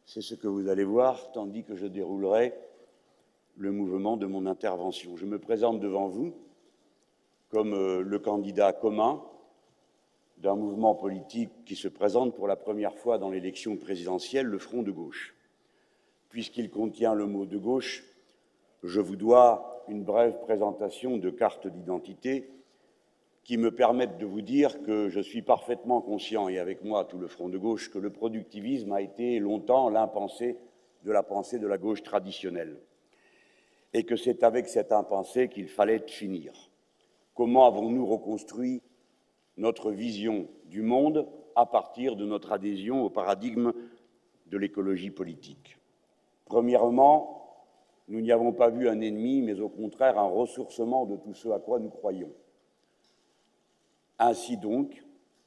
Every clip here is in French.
C'est ce que vous allez voir tandis que je déroulerai le mouvement de mon intervention. Je me présente devant vous comme le candidat commun d'un mouvement politique qui se présente pour la première fois dans l'élection présidentielle, le Front de gauche. Puisqu'il contient le mot de gauche, je vous dois une brève présentation de carte d'identité qui me permettent de vous dire que je suis parfaitement conscient, et avec moi tout le Front de gauche, que le productivisme a été longtemps l'impensé de la gauche traditionnelle, et que c'est avec cet impensé qu'il fallait finir. Comment avons-nous reconstruit notre vision du monde à partir de notre adhésion au paradigme de l'écologie politique? Premièrement, nous n'y avons pas vu un ennemi, mais au contraire un ressourcement de tout ce à quoi nous croyons. Ainsi donc,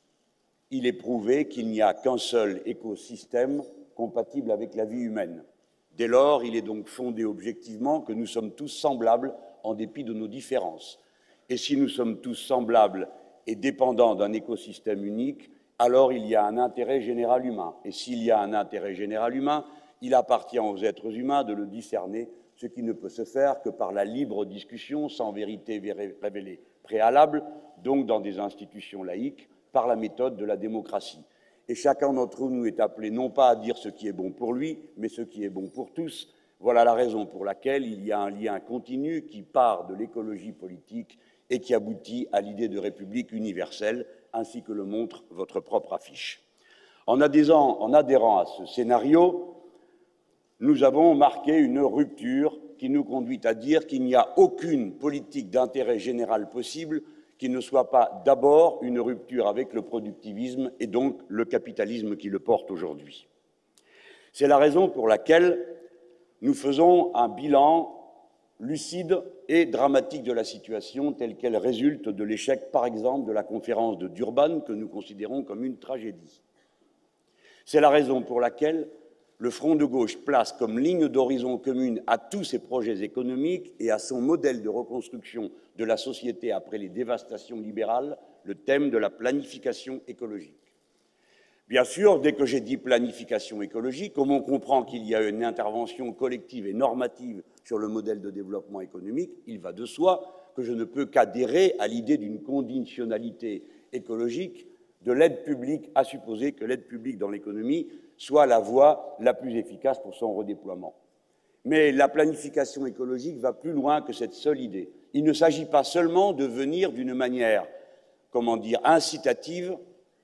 il est prouvé qu'il n'y a qu'un seul écosystème compatible avec la vie humaine. Dès lors, il est donc fondé objectivement que nous sommes tous semblables en dépit de nos différences. Et si nous sommes tous semblables et dépendants d'un écosystème unique, alors il y a un intérêt général humain. Et s'il y a un intérêt général humain, il appartient aux êtres humains de le discerner, ce qui ne peut se faire que par la libre discussion, sans vérité révélée préalable, donc dans des institutions laïques, par la méthode de la démocratie. Et chacun d'entre nous est appelé non pas à dire ce qui est bon pour lui, mais ce qui est bon pour tous. Voilà la raison pour laquelle il y a un lien continu qui part de l'écologie politique et qui aboutit à l'idée de république universelle, ainsi que le montre votre propre affiche. En adhérant à ce scénario, nous avons marqué une rupture qui nous conduit à dire qu'il n'y a aucune politique d'intérêt général possible qui ne soit pas d'abord une rupture avec le productivisme et donc le capitalisme qui le porte aujourd'hui. C'est la raison pour laquelle nous faisons un bilan lucide et dramatique de la situation telle qu'elle résulte de l'échec, par exemple, de la conférence de Durban, que nous considérons comme une tragédie. C'est la raison pour laquelle le Front de gauche place comme ligne d'horizon commune à tous ses projets économiques et à son modèle de reconstruction de la société après les dévastations libérales, le thème de la planification écologique. Bien sûr, dès que j'ai dit planification écologique, comme on comprend qu'il y a une intervention collective et normative sur le modèle de développement économique, il va de soi que je ne peux qu'adhérer à l'idée d'une conditionnalité écologique de l'aide publique, à supposer que l'aide publique dans l'économie soit la voie la plus efficace pour son redéploiement. Mais la planification écologique va plus loin que cette seule idée. Il ne s'agit pas seulement de venir d'une manière, incitative,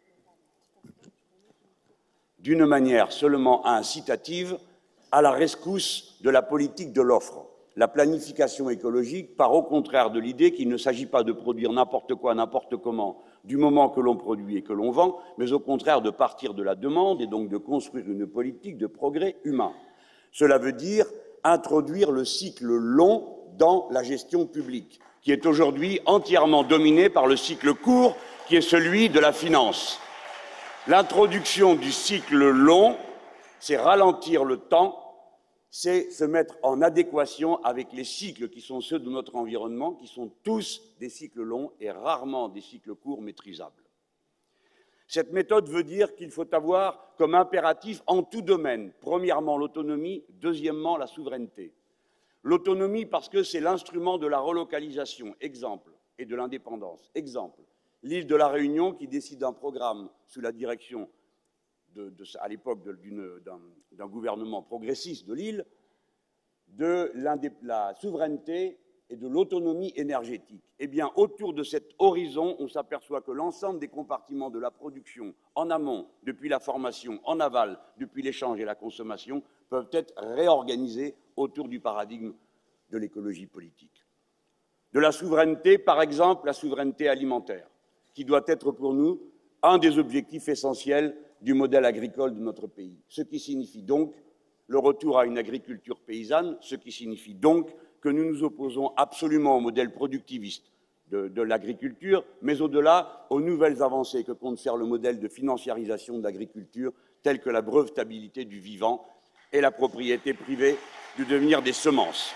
à la rescousse de la politique de l'offre. La planification écologique part au contraire de l'idée qu'il ne s'agit pas de produire n'importe quoi, n'importe comment, du moment que l'on produit et que l'on vend, mais au contraire de partir de la demande et donc de construire une politique de progrès humain. Cela veut dire introduire le cycle long dans la gestion publique, qui est aujourd'hui entièrement dominé par le cycle court, qui est celui de la finance. L'introduction du cycle long, c'est ralentir le temps, c'est se mettre en adéquation avec les cycles qui sont ceux de notre environnement, qui sont tous des cycles longs et rarement des cycles courts maîtrisables. Cette méthode veut dire qu'il faut avoir comme impératif en tout domaine, premièrement l'autonomie, deuxièmement la souveraineté. L'autonomie parce que c'est l'instrument de la relocalisation, exemple, et de l'indépendance, exemple. L'île de la Réunion qui décide d'un programme sous la direction à l'époque d'un gouvernement progressiste de l'île, de la souveraineté et de l'autonomie énergétique. Eh bien, autour de cet horizon, on s'aperçoit que l'ensemble des compartiments de la production, en amont, depuis la formation, en aval, depuis l'échange et la consommation, peuvent être réorganisés autour du paradigme de l'écologie politique. De la souveraineté, par exemple, la souveraineté alimentaire, qui doit être pour nous un des objectifs essentiels du modèle agricole de notre pays. Ce qui signifie donc le retour à une agriculture paysanne, ce qui signifie donc que nous nous opposons absolument au modèle productiviste de l'agriculture, mais au-delà, aux nouvelles avancées que compte faire le modèle de financiarisation de l'agriculture, telles que la brevetabilité du vivant et la propriété privée du devenir des semences.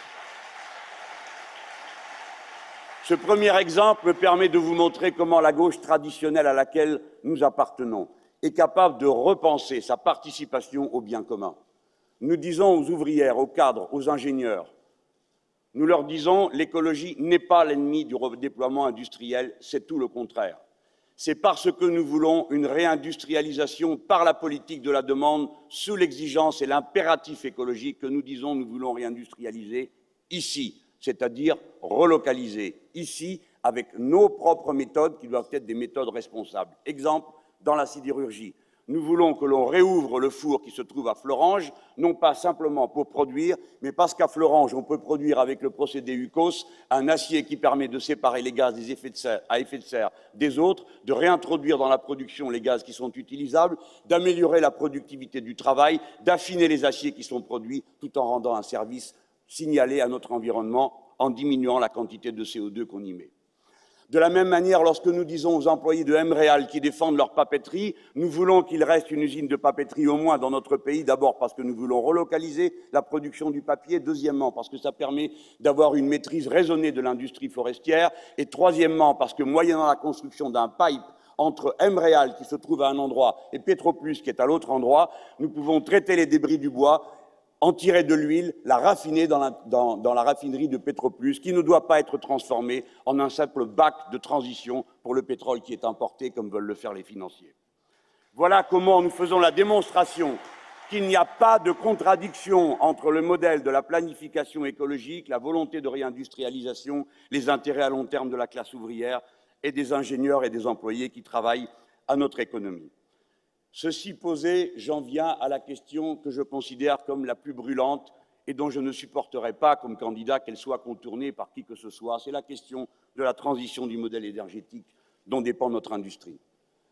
Ce premier exemple me permet de vous montrer comment la gauche traditionnelle à laquelle nous appartenons est capable de repenser sa participation au bien commun. nous disons aux ouvrières, aux cadres, aux ingénieurs, nous leur disons l'écologie n'est pas l'ennemi du redéploiement industriel, c'est tout le contraire. C'est parce que nous voulons une réindustrialisation par la politique de la demande sous l'exigence et l'impératif écologique que nous disons nous voulons réindustrialiser ici, c'est-à-dire relocaliser ici avec nos propres méthodes qui doivent être des méthodes responsables. Exemple, dans la sidérurgie. Nous voulons que l'on réouvre le four qui se trouve à Florange, non pas simplement pour produire, mais parce qu'à Florange, on peut produire avec le procédé UCOS un acier qui permet de séparer les gaz à effet de serre des autres, de réintroduire dans la production les gaz qui sont utilisables, d'améliorer la productivité du travail, d'affiner les aciers qui sont produits, tout en rendant un service signalé à notre environnement, en diminuant la quantité de CO2 qu'on y met. De la même manière, lorsque nous disons aux employés de MREAL qui défendent leur papeterie, nous voulons qu'il reste une usine de papeterie au moins dans notre pays, d'abord parce que nous voulons relocaliser la production du papier, deuxièmement parce que ça permet d'avoir une maîtrise raisonnée de l'industrie forestière, et troisièmement parce que moyennant la construction d'un pipe entre MREAL qui se trouve à un endroit et Petroplus qui est à l'autre endroit, nous pouvons traiter les débris du bois, en tirer de l'huile, la raffiner dans la raffinerie de Petroplus, qui ne doit pas être transformée en un simple bac de transition pour le pétrole qui est importé, comme veulent le faire les financiers. Voilà comment nous faisons la démonstration qu'il n'y a pas de contradiction entre le modèle de la planification écologique, la volonté de réindustrialisation, les intérêts à long terme de la classe ouvrière et des ingénieurs et des employés qui travaillent à notre économie. Ceci posé, j'en viens à la question que je considère comme la plus brûlante et dont je ne supporterai pas comme candidat qu'elle soit contournée par qui que ce soit. C'est la question de la transition du modèle énergétique dont dépend notre industrie.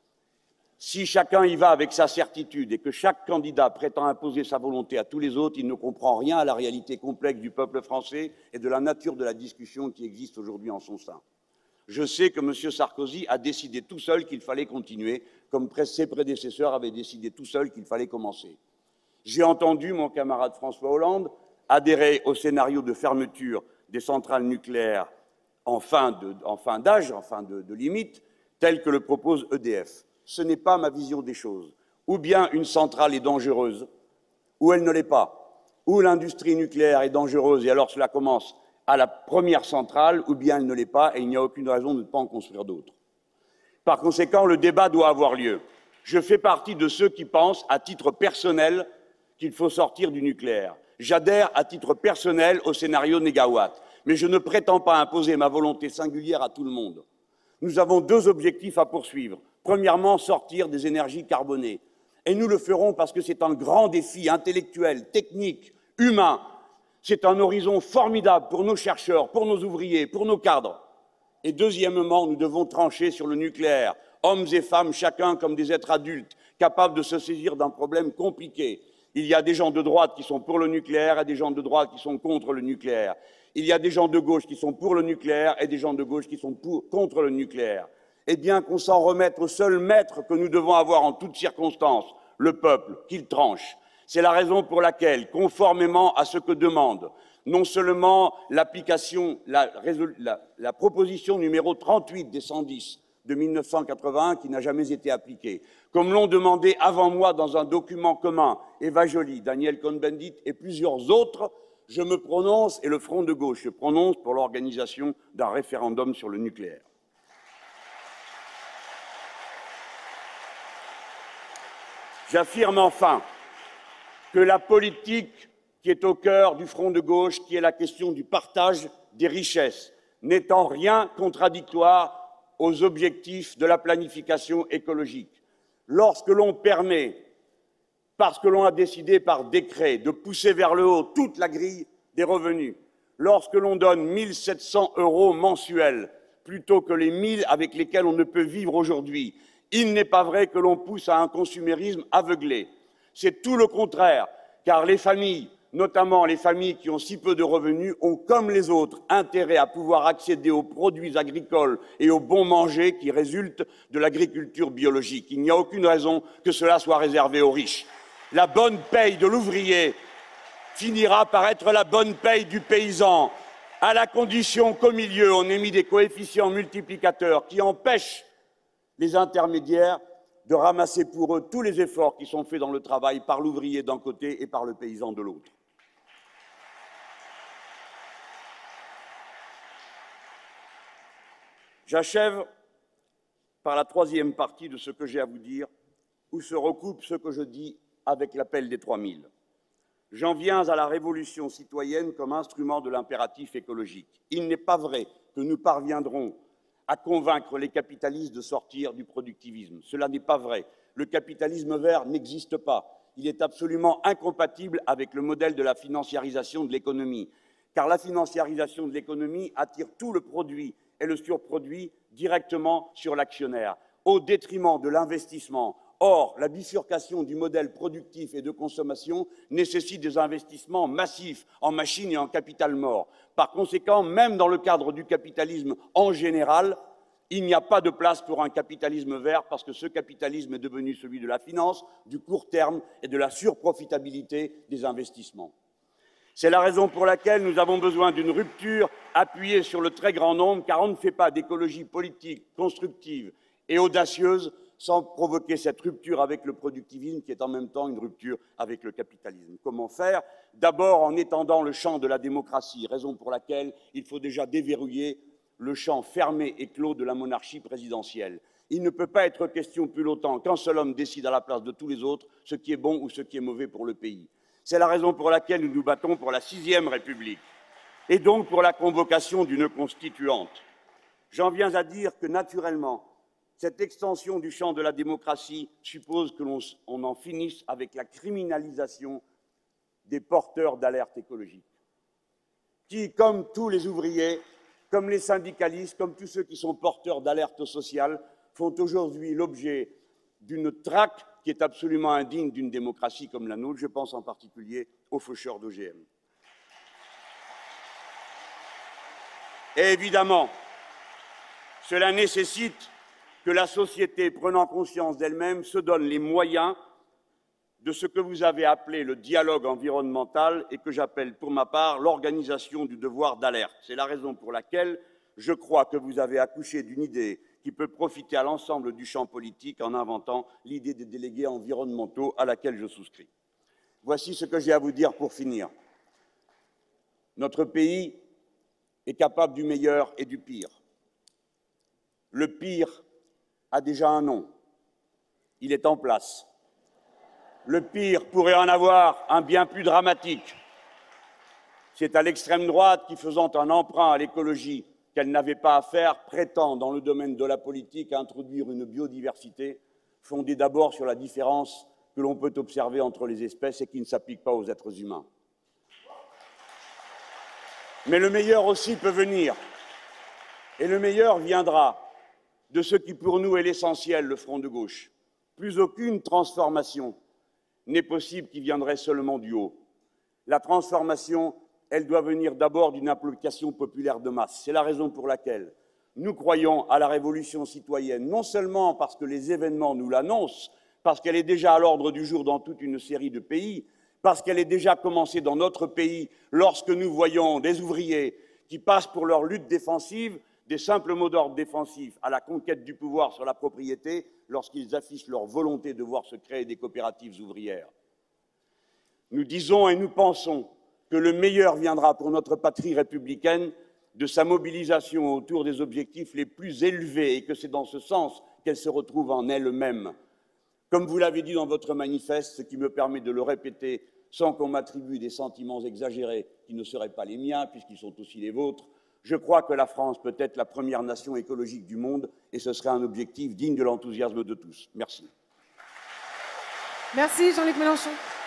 Si chacun y va avec sa certitude et que chaque candidat prétend imposer sa volonté à tous les autres, il ne comprend rien à la réalité complexe du peuple français et de la nature de la discussion qui existe aujourd'hui en son sein. Je sais que M. Sarkozy a décidé tout seul qu'il fallait continuer, comme ses prédécesseurs avaient décidé tout seul qu'il fallait commencer. J'ai entendu mon camarade François Hollande adhérer au scénario de fermeture des centrales nucléaires en fin d'âge, en fin de limite, tel que le propose EDF. Ce n'est pas ma vision des choses. Ou bien une centrale est dangereuse, ou elle ne l'est pas. Ou l'industrie nucléaire est dangereuse, et alors cela commence à la première centrale, ou bien elle ne l'est pas, et il n'y a aucune raison de ne pas en construire d'autres. Par conséquent, le débat doit avoir lieu. Je fais partie de ceux qui pensent, à titre personnel, qu'il faut sortir du nucléaire. J'adhère, à titre personnel, au scénario Négawatt, mais je ne prétends pas imposer ma volonté singulière à tout le monde. Nous avons deux objectifs à poursuivre. Premièrement, sortir des énergies carbonées. Et nous le ferons parce que c'est un grand défi intellectuel, technique, humain. C'est un horizon formidable pour nos chercheurs, pour nos ouvriers, pour nos cadres. Et deuxièmement, nous devons trancher sur le nucléaire, hommes et femmes, chacun comme des êtres adultes, capables de se saisir d'un problème compliqué. Il y a des gens de droite qui sont pour le nucléaire et des gens de droite qui sont contre le nucléaire. Il y a des gens de gauche qui sont pour le nucléaire et des gens de gauche qui sont contre le nucléaire. Eh bien, qu'on s'en remette au seul maître que nous devons avoir en toutes circonstances, le peuple, qu'il tranche. C'est la raison pour laquelle, conformément à ce que demande non seulement l'application, la proposition numéro 38 des 110 de 1981 qui n'a jamais été appliquée, comme l'ont demandé avant moi dans un document commun Eva Joly, Daniel Cohn-Bendit et plusieurs autres, je me prononce, et le Front de gauche se prononce pour l'organisation d'un référendum sur le nucléaire. J'affirme enfin que la politique qui est au cœur du Front de gauche, qui est la question du partage des richesses, n'est en rien contradictoire aux objectifs de la planification écologique. Lorsque l'on permet, parce que l'on a décidé par décret de pousser vers le haut toute la grille des revenus, lorsque l'on donne 1 700 € mensuels plutôt que les 1 000 avec lesquels on ne peut vivre aujourd'hui, il n'est pas vrai que l'on pousse à un consumérisme aveuglé. C'est tout le contraire, car les familles, notamment les familles qui ont si peu de revenus, ont, comme les autres, intérêt à pouvoir accéder aux produits agricoles et au bon manger qui résultent de l'agriculture biologique. Il n'y a aucune raison que cela soit réservé aux riches. La bonne paye de l'ouvrier finira par être la bonne paye du paysan, à la condition qu'au milieu, on ait mis des coefficients multiplicateurs qui empêchent les intermédiaires de ramasser pour eux tous les efforts qui sont faits dans le travail par l'ouvrier d'un côté et par le paysan de l'autre. J'achève par la troisième partie de ce que j'ai à vous dire, où se recoupe ce que je dis avec l'appel des 3000. J'en viens à la révolution citoyenne comme instrument de l'impératif écologique. Il n'est pas vrai que nous parviendrons à convaincre les capitalistes de sortir du productivisme. Cela n'est pas vrai. Le capitalisme vert n'existe pas. Il est absolument incompatible avec le modèle de la financiarisation de l'économie, car la financiarisation de l'économie attire tout le produit et le surproduit directement sur l'actionnaire, au détriment de l'investissement. Or, la bifurcation du modèle productif et de consommation nécessite des investissements massifs en machines et en capital mort. Par conséquent, même dans le cadre du capitalisme en général, il n'y a pas de place pour un capitalisme vert parce que ce capitalisme est devenu celui de la finance, du court terme et de la surprofitabilité des investissements. C'est la raison pour laquelle nous avons besoin d'une rupture appuyée sur le très grand nombre, car on ne fait pas d'écologie politique constructive et audacieuse sans provoquer cette rupture avec le productivisme qui est en même temps une rupture avec le capitalisme. Comment faire? D'abord en étendant le champ de la démocratie, raison pour laquelle il faut déjà déverrouiller le champ fermé et clos de la monarchie présidentielle. Il ne peut pas être question plus longtemps qu'un seul homme décide à la place de tous les autres ce qui est bon ou ce qui est mauvais pour le pays. C'est la raison pour laquelle nous nous battons pour la 6e République et donc pour la convocation d'une constituante. J'en viens à dire que, naturellement, cette extension du champ de la démocratie suppose que l'on en finisse avec la criminalisation des porteurs d'alerte écologique, qui, comme tous les ouvriers, comme les syndicalistes, comme tous ceux qui sont porteurs d'alerte sociale, font aujourd'hui l'objet d'une traque qui est absolument indigne d'une démocratie comme la nôtre. Je pense en particulier aux faucheurs d'OGM. Et évidemment, cela nécessite que la société, prenant conscience d'elle-même, se donne les moyens de ce que vous avez appelé le dialogue environnemental et que j'appelle pour ma part l'organisation du devoir d'alerte. C'est la raison pour laquelle je crois que vous avez accouché d'une idée qui peut profiter à l'ensemble du champ politique en inventant l'idée des délégués environnementaux à laquelle je souscris. Voici ce que j'ai à vous dire pour finir. Notre pays est capable du meilleur et du pire. Le pire a déjà un nom. Il est en place. Le pire pourrait en avoir un bien plus dramatique. C'est à l'extrême droite qui, faisant un emprunt à l'écologie qu'elle n'avait pas à faire, prétend, dans le domaine de la politique, à introduire une biodiversité fondée d'abord sur la différence que l'on peut observer entre les espèces et qui ne s'applique pas aux êtres humains. Mais le meilleur aussi peut venir. Et le meilleur viendra de ce qui pour nous est l'essentiel, le front de gauche. Plus aucune transformation n'est possible qui viendrait seulement du haut. La transformation, elle doit venir d'abord d'une application populaire de masse. C'est la raison pour laquelle nous croyons à la révolution citoyenne, non seulement parce que les événements nous l'annoncent, parce qu'elle est déjà à l'ordre du jour dans toute une série de pays, parce qu'elle est déjà commencée dans notre pays lorsque nous voyons des ouvriers qui passent pour leur lutte défensive des simples mots d'ordre défensifs à la conquête du pouvoir sur la propriété lorsqu'ils affichent leur volonté de voir se créer des coopératives ouvrières. Nous disons et nous pensons que le meilleur viendra pour notre patrie républicaine de sa mobilisation autour des objectifs les plus élevés et que c'est dans ce sens qu'elle se retrouve en elle-même. Comme vous l'avez dit dans votre manifeste, ce qui me permet de le répéter sans qu'on m'attribue des sentiments exagérés qui ne seraient pas les miens puisqu'ils sont aussi les vôtres, je crois que la France peut être la première nation écologique du monde et ce serait un objectif digne de l'enthousiasme de tous. Merci. Merci Jean-Luc Mélenchon.